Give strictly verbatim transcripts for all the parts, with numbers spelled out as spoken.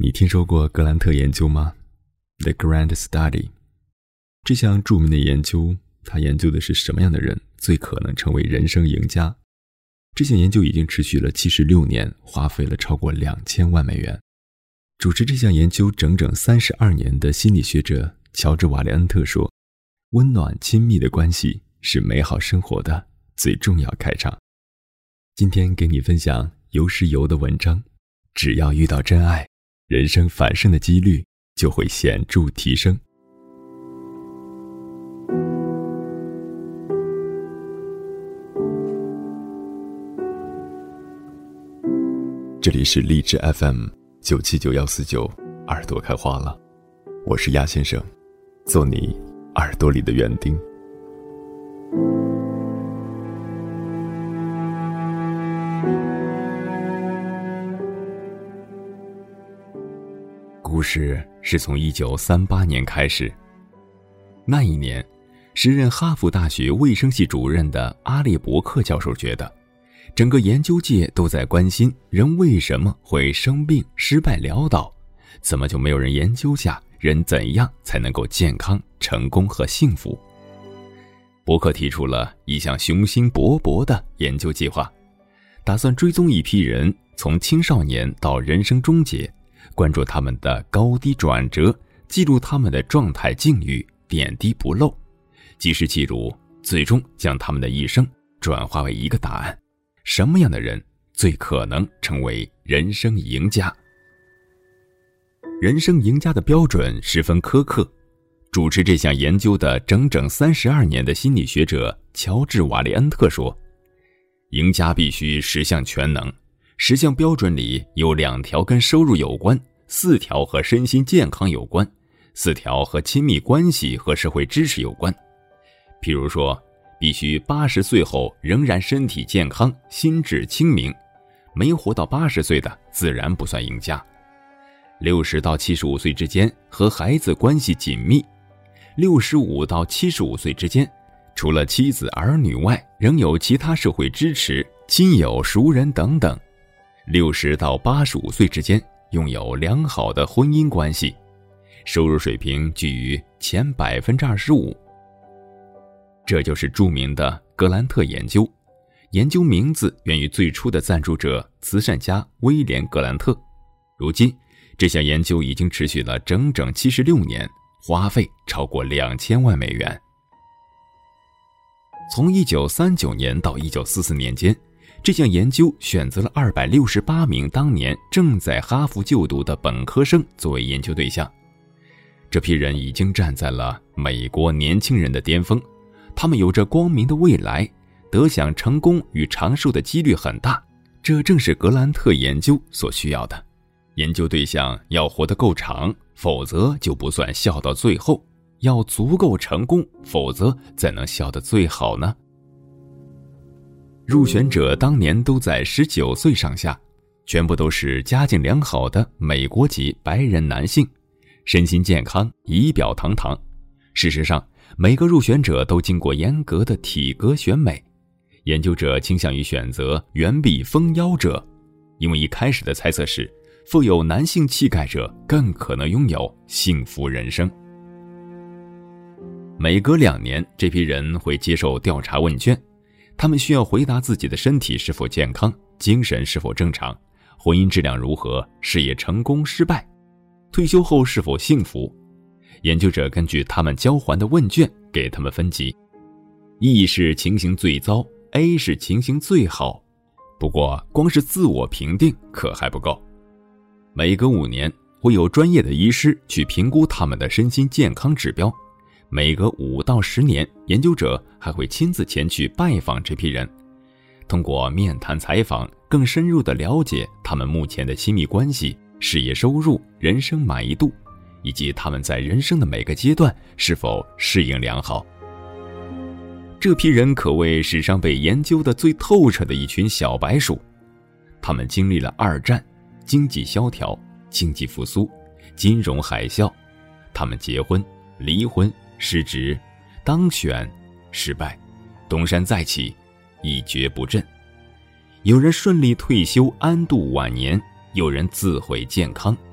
你听说过格兰特研究吗？ The Grant Study。 这项著名的研究，它研究的是什么样的人最可能成为人生赢家。这项研究已经持续了七十六年，花费了超过两千万美元。主持这项研究整整三十二年的心理学者乔治·瓦利恩特说，温暖亲密的关系是美好生活的最重要开场。今天给你分享游石游的文章，只要遇到真爱，人生反胜的几率就会显著提升。这里是荔枝 F M 九七九一四九，耳朵开花了，我是鸭先生，做你耳朵里的园丁。故事是从一九三八年开始。那一年，时任哈佛大学卫生系主任的阿列伯克教授觉得，整个研究界都在关心人为什么会生病、失败潦倒，怎么就没有人研究下人怎样才能够健康、成功和幸福？伯克提出了一项雄心勃勃的研究计划，打算追踪一批人，从青少年到人生终结，关注他们的高低转折，记录他们的状态境遇，点滴不漏，及时记录，最终将他们的一生转化为一个答案：什么样的人最可能成为人生赢家？人生赢家的标准十分苛刻。主持这项研究的整整三十二年的心理学者乔治·瓦利恩特说，赢家必须十项全能，十项标准里有两条跟收入有关，四条和身心健康有关，四条和亲密关系和社会支持有关。譬如说，必须八十岁后仍然身体健康、心智清明，没活到八十岁的自然不算赢家。六十到七十五岁之间和孩子关系紧密，六十五到七十五岁之间，除了妻子儿女外，仍有其他社会支持、亲友熟人等等。六十到八十五岁之间，拥有良好的婚姻关系，收入水平居于前 百分之二十五。这就是著名的格兰特研究，研究名字源于最初的赞助者慈善家威廉·格兰特。如今，这项研究已经持续了整整七十六年，花费超过两千万美元。从一九三九年到一九四四年间，这项研究选择了二百六十八名当年正在哈佛就读的本科生作为研究对象。这批人已经站在了美国年轻人的巅峰，他们有着光明的未来，得享成功与长寿的几率很大，这正是格兰特研究所需要的。研究对象要活得够长，否则就不算笑到最后，要足够成功，否则怎能笑得最好呢？入选者当年都在十九岁上下，全部都是家境良好的美国籍白人男性，身心健康，仪表堂堂。事实上，每个入选者都经过严格的体格选美，研究者倾向于选择圆臂丰腰者，因为一开始的猜测是，富有男性气概者更可能拥有幸福人生。每隔两年，这批人会接受调查问卷，他们需要回答自己的身体是否健康，精神是否正常，婚姻质量如何，事业成功失败，退休后是否幸福。研究者根据他们交还的问卷给他们分级， E 是情形最糟， A 是情形最好。不过光是自我评定可还不够，每隔五年会有专业的医师去评估他们的身心健康指标，每隔五到十年，研究者还会亲自前去拜访这批人，通过面谈采访，更深入地了解他们目前的亲密关系、事业收入、人生满意度，以及他们在人生的每个阶段是否适应良好。这批人可谓史上被研究的最透彻的一群小白鼠，他们经历了二战、经济萧条、经济复苏、金融海啸，他们结婚、离婚、失职、当选、失败、东山再起，一蹶不振。有人顺利退休安度晚年，有人自毁健康，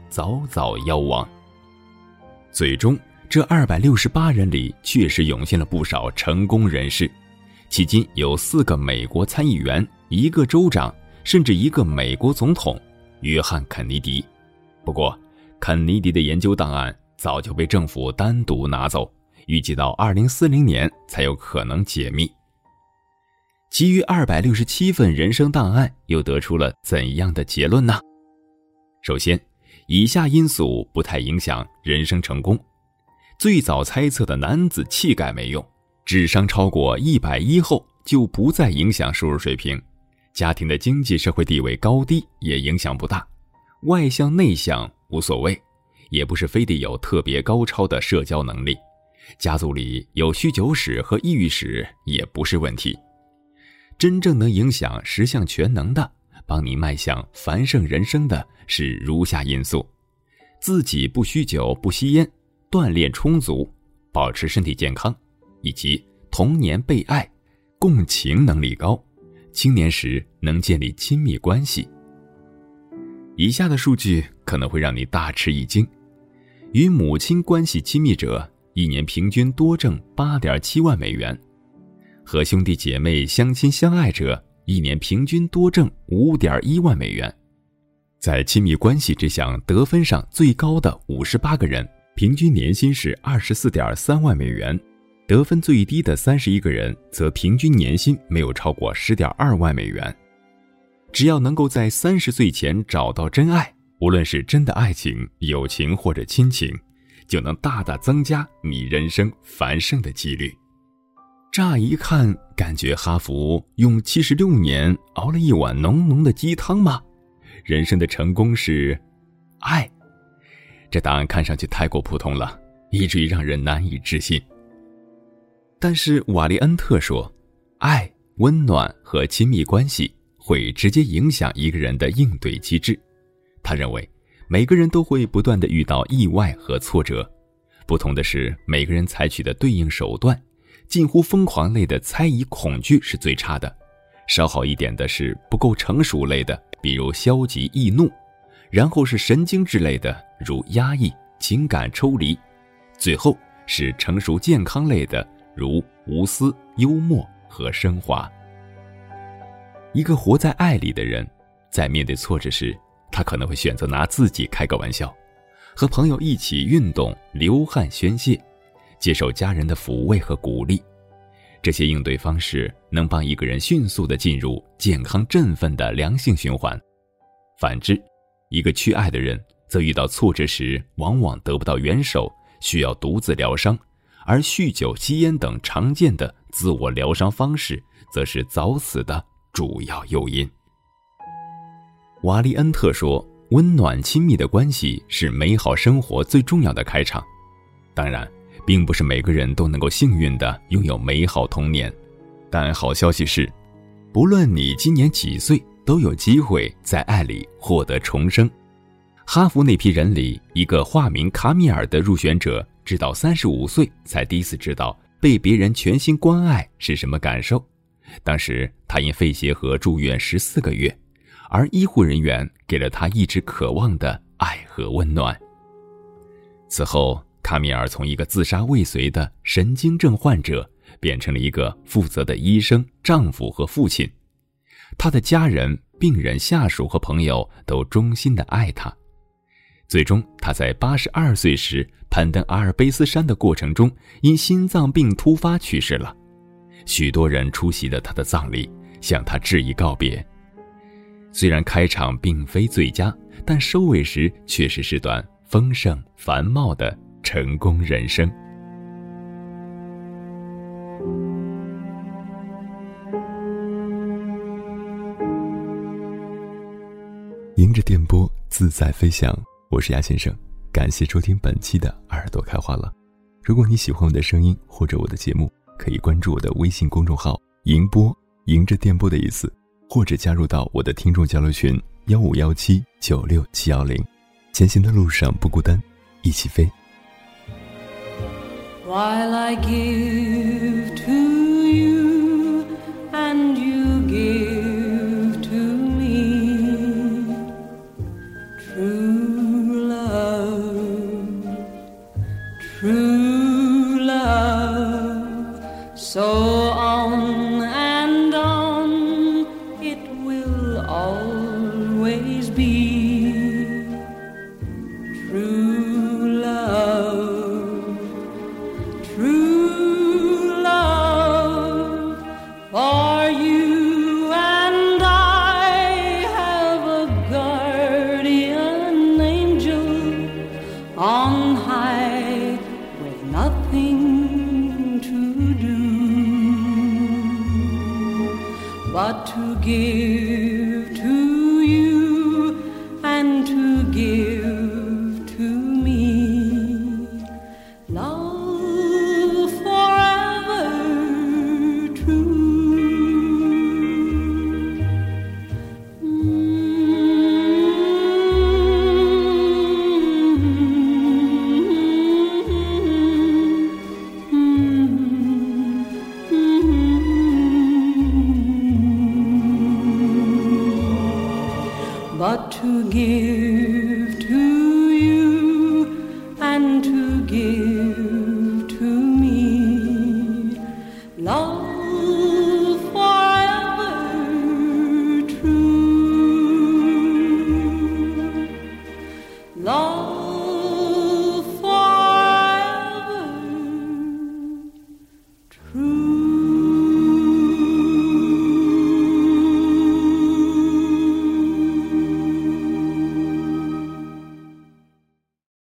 早早夭亡。最终这二百六十八人里确实涌现了不少成功人士，迄今有四个美国参议员，一个州长，甚至一个美国总统约翰·肯尼迪。不过肯尼迪的研究档案早就被政府单独拿走，预计到二零四零年才有可能解密。其余二百六十七份人生档案又得出了怎样的结论呢？首先，以下因素不太影响人生成功。最早猜测的男子气概没用，智商超过一百一后就不再影响收入水平，家庭的经济社会地位高低也影响不大，外向内向无所谓，也不是非得有特别高超的社交能力，家族里有酗酒史和抑郁史也不是问题。真正能影响十项全能的，帮你迈向繁盛人生的是如下因素：自己不酗酒不吸烟，锻炼充足，保持身体健康，以及童年被爱，共情能力高，青年时能建立亲密关系。以下的数据可能会让你大吃一惊：与母亲关系亲密者一年平均多挣 八点七万美元，和兄弟姐妹相亲相爱者一年平均多挣 五点一万美元。在亲密关系这项得分上最高的五十八个人，平均年薪是 二十四点三万美元，得分最低的三十一个人则平均年薪没有超过 十点二万美元。只要能够在三十岁前找到真爱，无论是真的爱情、友情或者亲情，就能大大增加你人生繁盛的几率。乍一看，感觉哈佛用七十六年熬了一碗浓浓的鸡汤吗？人生的成功是爱？这答案看上去太过普通了，以至于让人难以置信。但是瓦利恩特说，爱、温暖和亲密关系会直接影响一个人的应对机制。他认为每个人都会不断地遇到意外和挫折，不同的是每个人采取的对应手段。近乎疯狂类的猜疑恐惧是最差的，稍好一点的是不够成熟类的，比如消极易怒，然后是神经质类的，如压抑、情感抽离，最后是成熟健康类的，如无私、幽默和升华。一个活在爱里的人，在面对挫折时，他可能会选择拿自己开个玩笑，和朋友一起运动、流汗宣泄，接受家人的抚慰和鼓励。这些应对方式能帮一个人迅速地进入健康振奋的良性循环。反之，一个缺爱的人则遇到挫折时往往得不到援手，需要独自疗伤，而酗酒、吸烟等常见的自我疗伤方式则是早死的主要诱因。瓦利恩特说，温暖亲密的关系是美好生活最重要的开场。当然，并不是每个人都能够幸运地拥有美好童年，但好消息是，不论你今年几岁，都有机会在爱里获得重生。哈佛那批人里，一个化名卡米尔的入选者，直到三十五岁才第一次知道被别人全心关爱是什么感受。当时他因肺结核住院十四个月，而医护人员给了他一直渴望的爱和温暖。此后，卡米尔从一个自杀未遂的神经症患者变成了一个负责的医生、丈夫和父亲。他的家人、病人、下属和朋友都衷心地爱他。最终，他在八十二岁时攀登阿尔卑斯山的过程中，因心脏病突发去世了。许多人出席了他的葬礼，向他致以告别。虽然开场并非最佳，但收尾时确实是段丰盛繁茂的成功人生。迎着电波自在飞翔，我是鸭先生，感谢收听本期的耳朵开花了。如果你喜欢我的声音或者我的节目，可以关注我的微信公众号迎波，迎着电波的意思，或者加入到我的听众交流群幺五幺七九六七幺零。前行的路上不孤单，一起飞。 While I give to you and you give to me true love. but to give to you and to give to me love forever true. But to give to you and to give